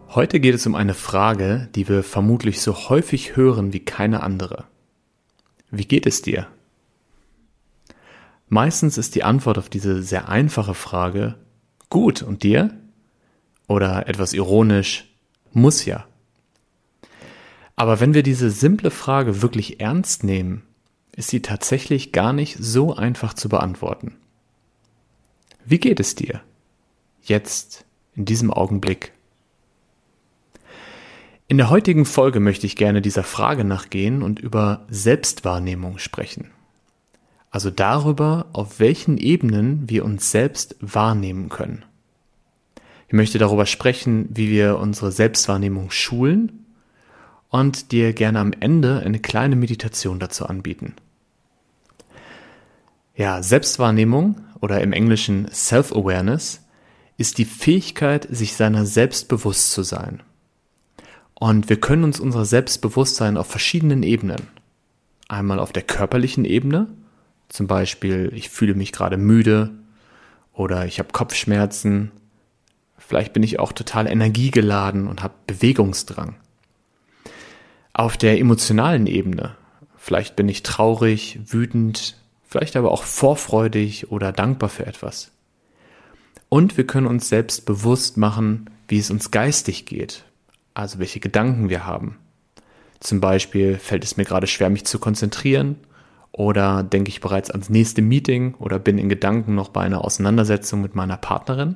Heute geht es um eine Frage, die wir vermutlich so häufig hören wie keine andere. Wie geht es dir? Meistens ist die Antwort auf diese sehr einfache Frage gut, und dir? Oder etwas ironisch, muss ja. Aber wenn wir diese simple Frage wirklich ernst nehmen, ist sie tatsächlich gar nicht so einfach zu beantworten. Wie geht es dir? Jetzt, in diesem Augenblick. In der heutigen Folge möchte ich gerne dieser Frage nachgehen und über Selbstwahrnehmung sprechen. Also darüber, auf welchen Ebenen wir uns selbst wahrnehmen können. Ich möchte darüber sprechen, wie wir unsere Selbstwahrnehmung schulen und dir gerne am Ende eine kleine Meditation dazu anbieten. Ja, Selbstwahrnehmung oder im Englischen Self-Awareness ist die Fähigkeit, sich seiner selbst bewusst zu sein. Und wir können uns unser Selbstbewusstsein auf verschiedenen Ebenen. Einmal auf der körperlichen Ebene, zum Beispiel ich fühle mich gerade müde oder ich habe Kopfschmerzen. Vielleicht bin ich auch total energiegeladen und habe Bewegungsdrang. Auf der emotionalen Ebene, vielleicht bin ich traurig, wütend, vielleicht aber auch vorfreudig oder dankbar für etwas. Und wir können uns selbst bewusst machen, wie es uns geistig geht. Also welche Gedanken wir haben. Zum Beispiel fällt es mir gerade schwer, mich zu konzentrieren oder denke ich bereits ans nächste Meeting oder bin in Gedanken noch bei einer Auseinandersetzung mit meiner Partnerin.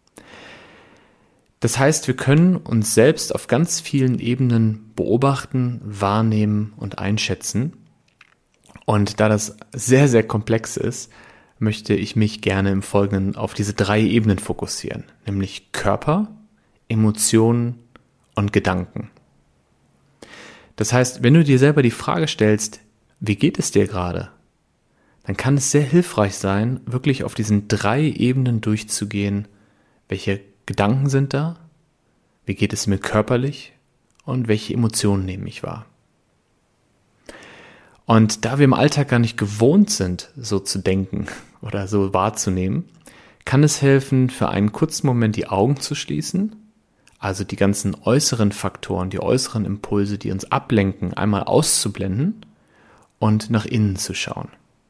Das heißt, wir können uns selbst auf ganz vielen Ebenen beobachten, wahrnehmen und einschätzen. Und da das sehr, sehr komplex ist, möchte ich mich gerne im Folgenden auf diese 3 Ebenen fokussieren, nämlich Körper, Emotionen und Gedanken. Das heißt, wenn du dir selber die Frage stellst, wie geht es dir gerade, dann kann es sehr hilfreich sein, wirklich auf diesen 3 Ebenen durchzugehen, welche Gedanken sind da, wie geht es mir körperlich und welche Emotionen nehme ich wahr. Und da wir im Alltag gar nicht gewohnt sind, so zu denken oder so wahrzunehmen, kann es helfen, für einen kurzen Moment die Augen zu schließen, also die ganzen äußeren Faktoren, die äußeren Impulse, die uns ablenken, einmal auszublenden und nach innen zu schauen.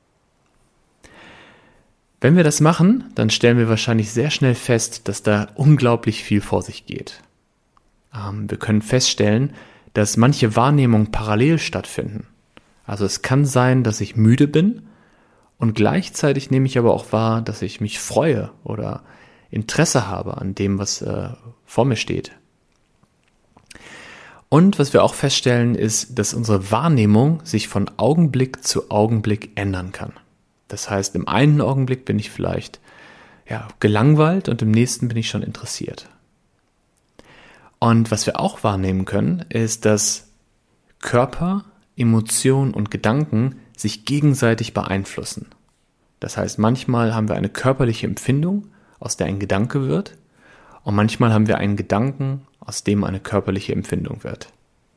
Wenn wir das machen, dann stellen wir wahrscheinlich sehr schnell fest, dass da unglaublich viel vor sich geht. Wir können feststellen, dass manche Wahrnehmungen parallel stattfinden. Also es kann sein, dass ich müde bin und gleichzeitig nehme ich aber auch wahr, dass ich mich freue oder Interesse habe an dem, was vor mir steht. Und was wir auch feststellen, ist, dass unsere Wahrnehmung sich von Augenblick zu Augenblick ändern kann. Das heißt, im einen Augenblick bin ich vielleicht gelangweilt und im nächsten bin ich schon interessiert. Und was wir auch wahrnehmen können, ist, dass Körper, Emotionen und Gedanken sich gegenseitig beeinflussen. Das heißt, manchmal haben wir eine körperliche Empfindung, aus der ein Gedanke wird, und manchmal haben wir einen Gedanken, aus dem eine körperliche Empfindung wird.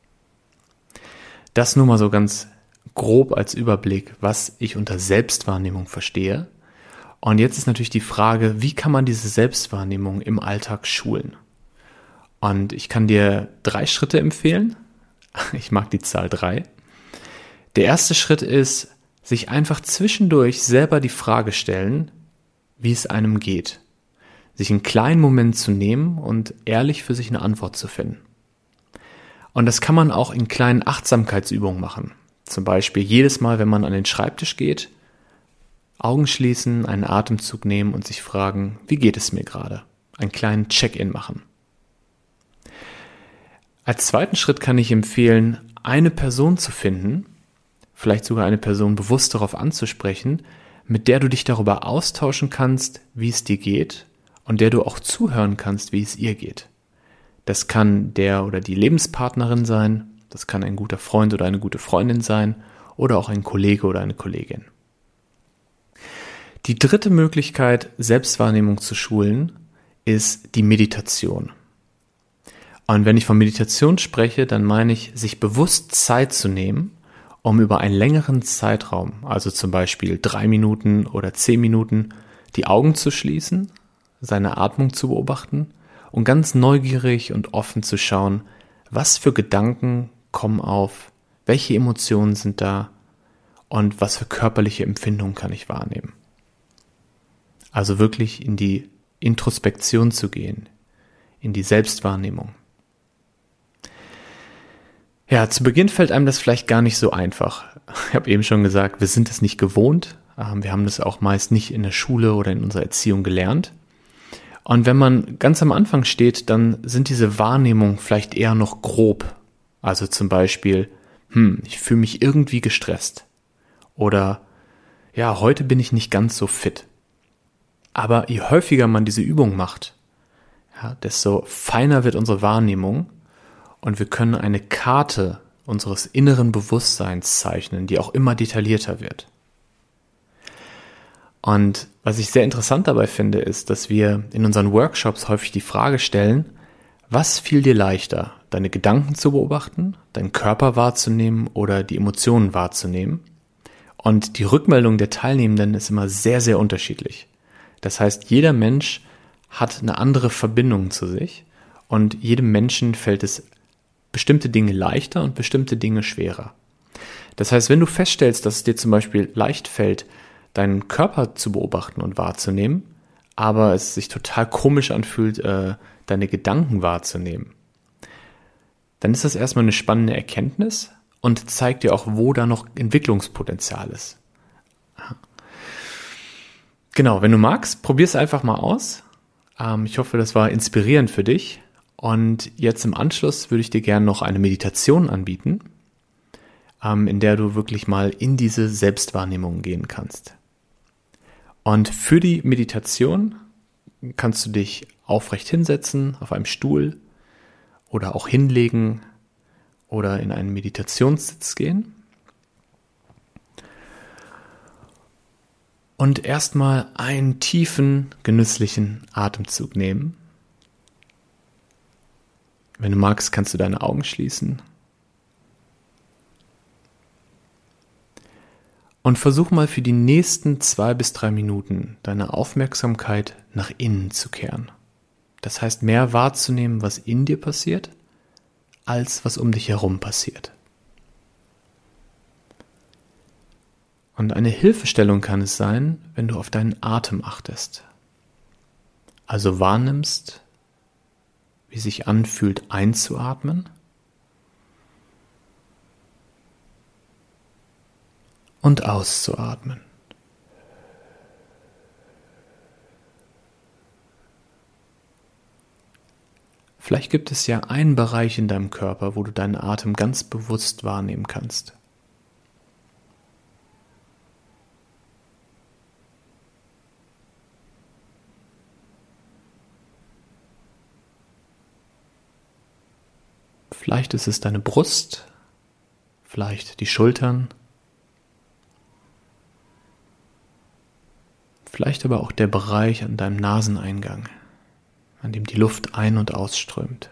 Das nur mal so ganz grob als Überblick, was ich unter Selbstwahrnehmung verstehe. Und jetzt ist natürlich die Frage, wie kann man diese Selbstwahrnehmung im Alltag schulen? Und ich kann dir 3 Schritte empfehlen. Ich mag die Zahl 3. Der erste Schritt ist, sich einfach zwischendurch selber die Frage stellen, wie es einem geht. Sich einen kleinen Moment zu nehmen und ehrlich für sich eine Antwort zu finden. Und das kann man auch in kleinen Achtsamkeitsübungen machen. Zum Beispiel jedes Mal, wenn man an den Schreibtisch geht, Augen schließen, einen Atemzug nehmen und sich fragen, wie geht es mir gerade? Einen kleinen Check-in machen. Als zweiten Schritt kann ich empfehlen, eine Person zu finden, vielleicht sogar eine Person bewusst darauf anzusprechen, mit der du dich darüber austauschen kannst, wie es dir geht und der du auch zuhören kannst, wie es ihr geht. Das kann der oder die Lebenspartnerin sein, das kann ein guter Freund oder eine gute Freundin sein oder auch ein Kollege oder eine Kollegin. Die dritte Möglichkeit, Selbstwahrnehmung zu schulen, ist die Meditation. Und wenn ich von Meditation spreche, dann meine ich, sich bewusst Zeit zu nehmen, um über einen längeren Zeitraum, also zum Beispiel 3 Minuten oder 10 Minuten, die Augen zu schließen, seine Atmung zu beobachten und ganz neugierig und offen zu schauen, was für Gedanken kommen auf, welche Emotionen sind da und was für körperliche Empfindungen kann ich wahrnehmen. Also wirklich in die Introspektion zu gehen, in die Selbstwahrnehmung. Ja, zu Beginn fällt einem das vielleicht gar nicht so einfach. Ich habe eben schon gesagt, wir sind es nicht gewohnt. Wir haben das auch meist nicht in der Schule oder in unserer Erziehung gelernt. Und wenn man ganz am Anfang steht, dann sind diese Wahrnehmungen vielleicht eher noch grob. Also zum Beispiel, ich fühle mich irgendwie gestresst. Oder, ja, heute bin ich nicht ganz so fit. Aber je häufiger man diese Übung macht, ja, desto feiner wird unsere Wahrnehmung. Und wir können eine Karte unseres inneren Bewusstseins zeichnen, die auch immer detaillierter wird. Und was ich sehr interessant dabei finde, ist, dass wir in unseren Workshops häufig die Frage stellen, was fiel dir leichter, deine Gedanken zu beobachten, deinen Körper wahrzunehmen oder die Emotionen wahrzunehmen? Und die Rückmeldung der Teilnehmenden ist immer sehr, sehr unterschiedlich. Das heißt, jeder Mensch hat eine andere Verbindung zu sich und jedem Menschen fällt es bestimmte Dinge leichter und bestimmte Dinge schwerer. Das heißt, wenn du feststellst, dass es dir zum Beispiel leicht fällt, deinen Körper zu beobachten und wahrzunehmen, aber es sich total komisch anfühlt, deine Gedanken wahrzunehmen, dann ist das erstmal eine spannende Erkenntnis und zeigt dir auch, wo da noch Entwicklungspotenzial ist. Genau, wenn du magst, probier es einfach mal aus. Ich hoffe, das war inspirierend für dich. Und jetzt im Anschluss würde ich dir gerne noch eine Meditation anbieten, in der du wirklich mal in diese Selbstwahrnehmung gehen kannst. Und für die Meditation kannst du dich aufrecht hinsetzen, auf einem Stuhl oder auch hinlegen oder in einen Meditationssitz gehen. Und erstmal einen tiefen, genüsslichen Atemzug nehmen. Wenn du magst, kannst du deine Augen schließen. Und versuch mal für die nächsten 2 bis 3 Minuten deine Aufmerksamkeit nach innen zu kehren. Das heißt, mehr wahrzunehmen, was in dir passiert, als was um dich herum passiert. Und eine Hilfestellung kann es sein, wenn du auf deinen Atem achtest. Also wahrnimmst, wie sich anfühlt, einzuatmen und auszuatmen. Vielleicht gibt es ja einen Bereich in deinem Körper, wo du deinen Atem ganz bewusst wahrnehmen kannst. Vielleicht ist es deine Brust, vielleicht die Schultern, vielleicht aber auch der Bereich an deinem Naseneingang, an dem die Luft ein- und ausströmt.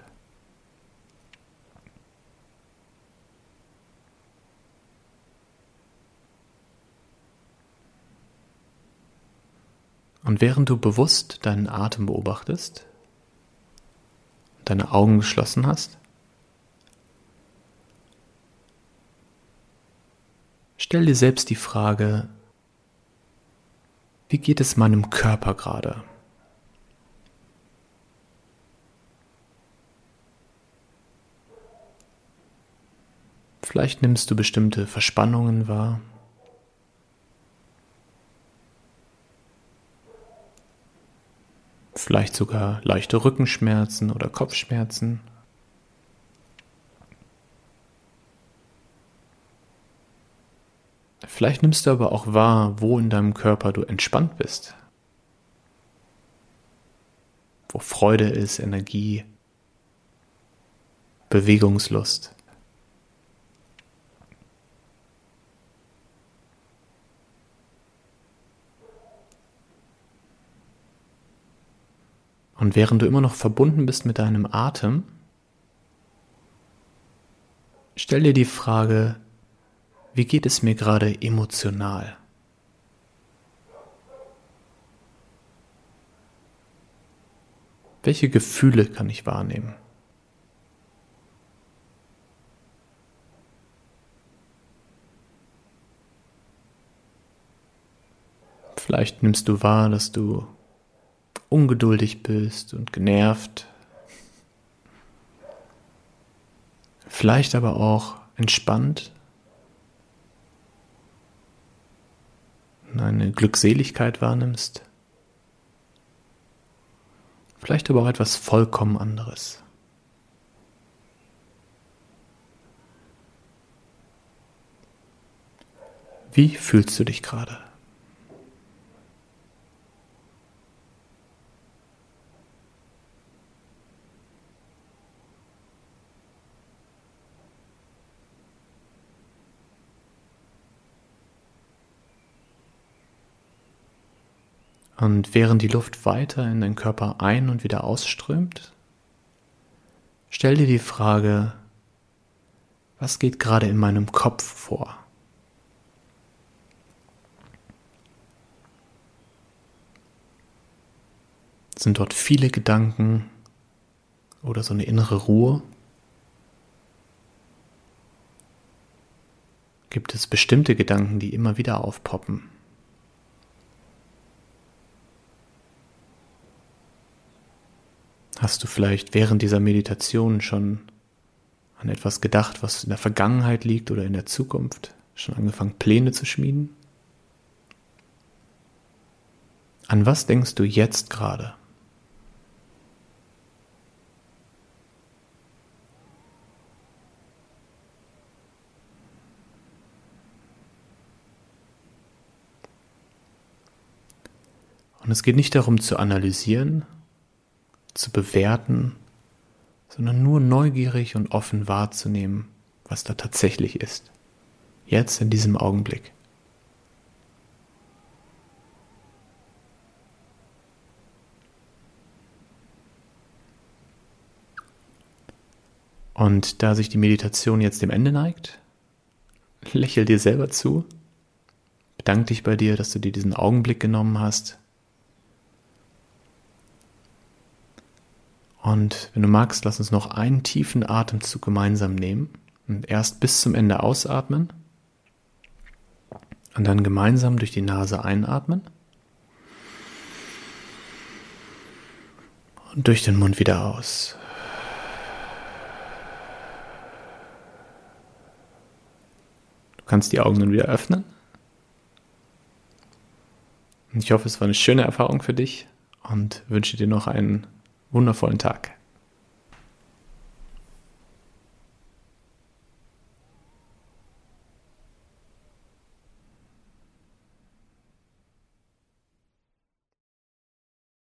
Und während du bewusst deinen Atem beobachtest, deine Augen geschlossen hast, stell dir selbst die Frage, wie geht es meinem Körper gerade? Vielleicht nimmst du bestimmte Verspannungen wahr. Vielleicht sogar leichte Rückenschmerzen oder Kopfschmerzen. Vielleicht nimmst du aber auch wahr, wo in deinem Körper du entspannt bist. Wo Freude ist, Energie, Bewegungslust. Und während du immer noch verbunden bist mit deinem Atem, stell dir die Frage, wie geht es mir gerade emotional? Welche Gefühle kann ich wahrnehmen? Vielleicht nimmst du wahr, dass du ungeduldig bist und genervt. Vielleicht aber auch entspannt und eine Glückseligkeit wahrnimmst. Vielleicht aber auch etwas vollkommen anderes. Wie fühlst du dich gerade? Und während die Luft weiter in deinen Körper ein- und wieder ausströmt, stell dir die Frage, was geht gerade in meinem Kopf vor? Sind dort viele Gedanken oder so eine innere Ruhe? Gibt es bestimmte Gedanken, die immer wieder aufpoppen? Hast du vielleicht während dieser Meditation schon an etwas gedacht, was in der Vergangenheit liegt oder in der Zukunft? Schon angefangen, Pläne zu schmieden? An was denkst du jetzt gerade? Und es geht nicht darum zu analysieren, zu bewerten, sondern nur neugierig und offen wahrzunehmen, was da tatsächlich ist. Jetzt in diesem Augenblick. Und da sich die Meditation jetzt dem Ende neigt, lächel dir selber zu, bedank dich bei dir, dass du dir diesen Augenblick genommen hast. Und wenn du magst, lass uns noch einen tiefen Atemzug gemeinsam nehmen und erst bis zum Ende ausatmen und dann gemeinsam durch die Nase einatmen und durch den Mund wieder aus. Du kannst die Augen dann wieder öffnen. Und ich hoffe, es war eine schöne Erfahrung für dich und wünsche dir noch einen wundervollen Tag.